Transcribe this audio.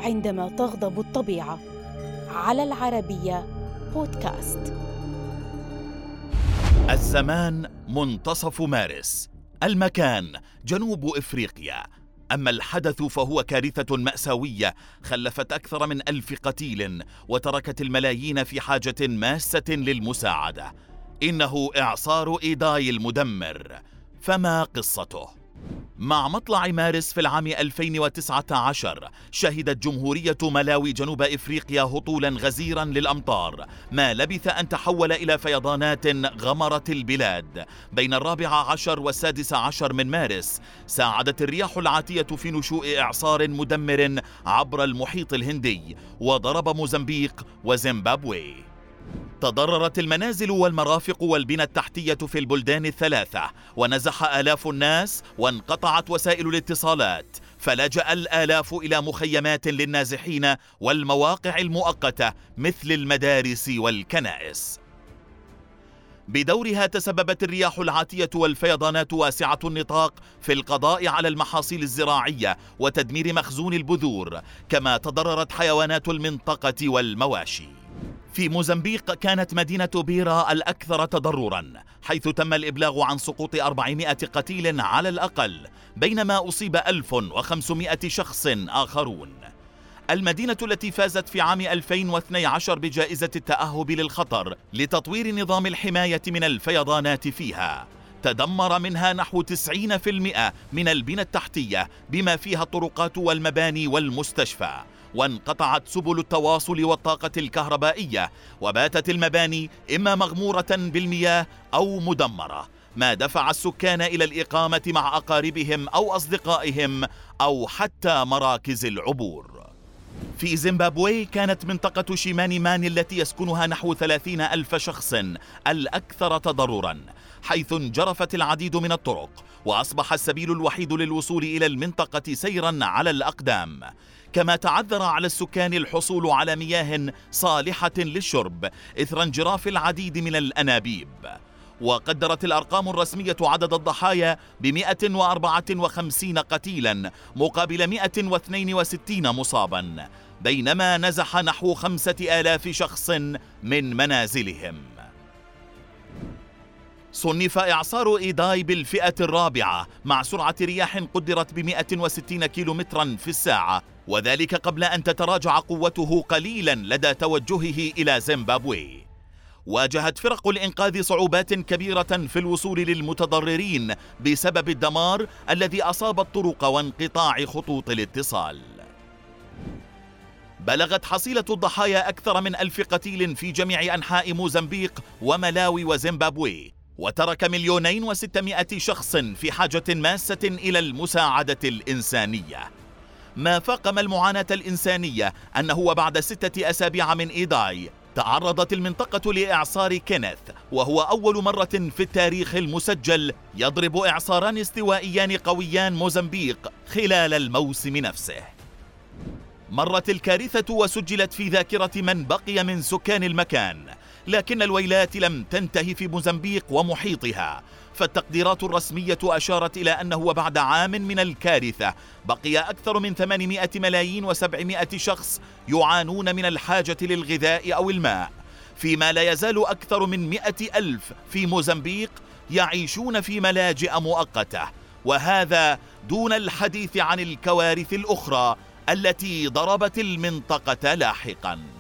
عندما تغضب الطبيعة. على العربية بودكاست. الزمان منتصف مارس، المكان جنوب إفريقيا. أما الحدث فهو كارثة مأساوية خلفت أكثر من 1000 قتيل وتركت الملايين في حاجة ماسة للمساعدة. إنه إعصار إيداي المدمر. فما قصته؟ مع مطلع مارس في العام 2019 شهدت جمهورية ملاوي جنوب إفريقيا هطولا غزيرا للأمطار، ما لبث أن تحول إلى فيضانات غمرت البلاد. بين 14 و16 من مارس ساعدت الرياح العاتية في نشوء إعصار مدمر عبر المحيط الهندي وضرب موزمبيق وزيمبابوي. تضررت المنازل والمرافق والبنى التحتية في البلدان الثلاثة، ونزح آلاف الناس وانقطعت وسائل الاتصالات، فلجأ الآلاف إلى مخيمات للنازحين والمواقع المؤقتة مثل المدارس والكنائس. بدورها تسببت الرياح العاتية والفيضانات واسعة النطاق في القضاء على المحاصيل الزراعية وتدمير مخزون البذور، كما تضررت حيوانات المنطقة والمواشي. في موزمبيق كانت مدينة بيرا الأكثر تضرراً، حيث تم الإبلاغ عن سقوط 400 قتيل على الأقل، بينما أصيب 1500 شخص آخرون. المدينة التي فازت في عام 2012 بجائزة التأهب للخطر لتطوير نظام الحماية من الفيضانات فيها، تدمر منها نحو 90% من البنى التحتية بما فيها الطرقات والمباني والمستشفى، وانقطعت سبل التواصل والطاقة الكهربائية، وباتت المباني إما مغمورة بالمياه أو مدمرة، ما دفع السكان إلى الإقامة مع أقاربهم أو أصدقائهم أو حتى مراكز العبور. في زيمبابوي كانت منطقة شيماني ماني التي يسكنها نحو 30,000 شخص الأكثر تضرراً، حيث انجرفت العديد من الطرق، وأصبح السبيل الوحيد للوصول إلى المنطقة سيراً على الأقدام، كما تعذر على السكان الحصول على مياه صالحة للشرب إثر انجراف العديد من الأنابيب. وقدرت الأرقام الرسمية عدد الضحايا ب154 قتيلا مقابل 162 مصابا، بينما نزح نحو 5000 شخص من منازلهم. صنف إعصار إيداي بالفئة الرابعة مع سرعة رياح قدرت ب160 كيلومترا في الساعة، وذلك قبل أن تتراجع قوته قليلا لدى توجهه إلى زيمبابوي. واجهت فرق الإنقاذ صعوبات كبيرة في الوصول للمتضررين بسبب الدمار الذي أصاب الطرق وانقطاع خطوط الاتصال. بلغت حصيلة الضحايا أكثر من 1000 قتيل في جميع أنحاء موزمبيق وملاوي وزيمبابوي، وترك 2,600,000 شخص في حاجة ماسة إلى المساعدة الإنسانية. ما فاقم المعاناة الإنسانية أنه وبعد 6 أسابيع من إيداي تعرضت المنطقة لإعصار كينيث، وهو أول مرة في التاريخ المسجل يضرب إعصاران استوائيان قويان موزمبيق خلال الموسم نفسه. مرت الكارثة وسجلت في ذاكرة من بقي من سكان المكان، لكن الويلات لم تنتهي في موزمبيق ومحيطها، فالتقديرات الرسمية أشارت إلى أنه وبعد عام من الكارثة بقي أكثر من 800 ملايين و700 شخص يعانون من الحاجة للغذاء أو الماء، فيما لا يزال أكثر من 100,000 في موزمبيق يعيشون في ملاجئ مؤقتة، وهذا دون الحديث عن الكوارث الأخرى التي ضربت المنطقة لاحقاً.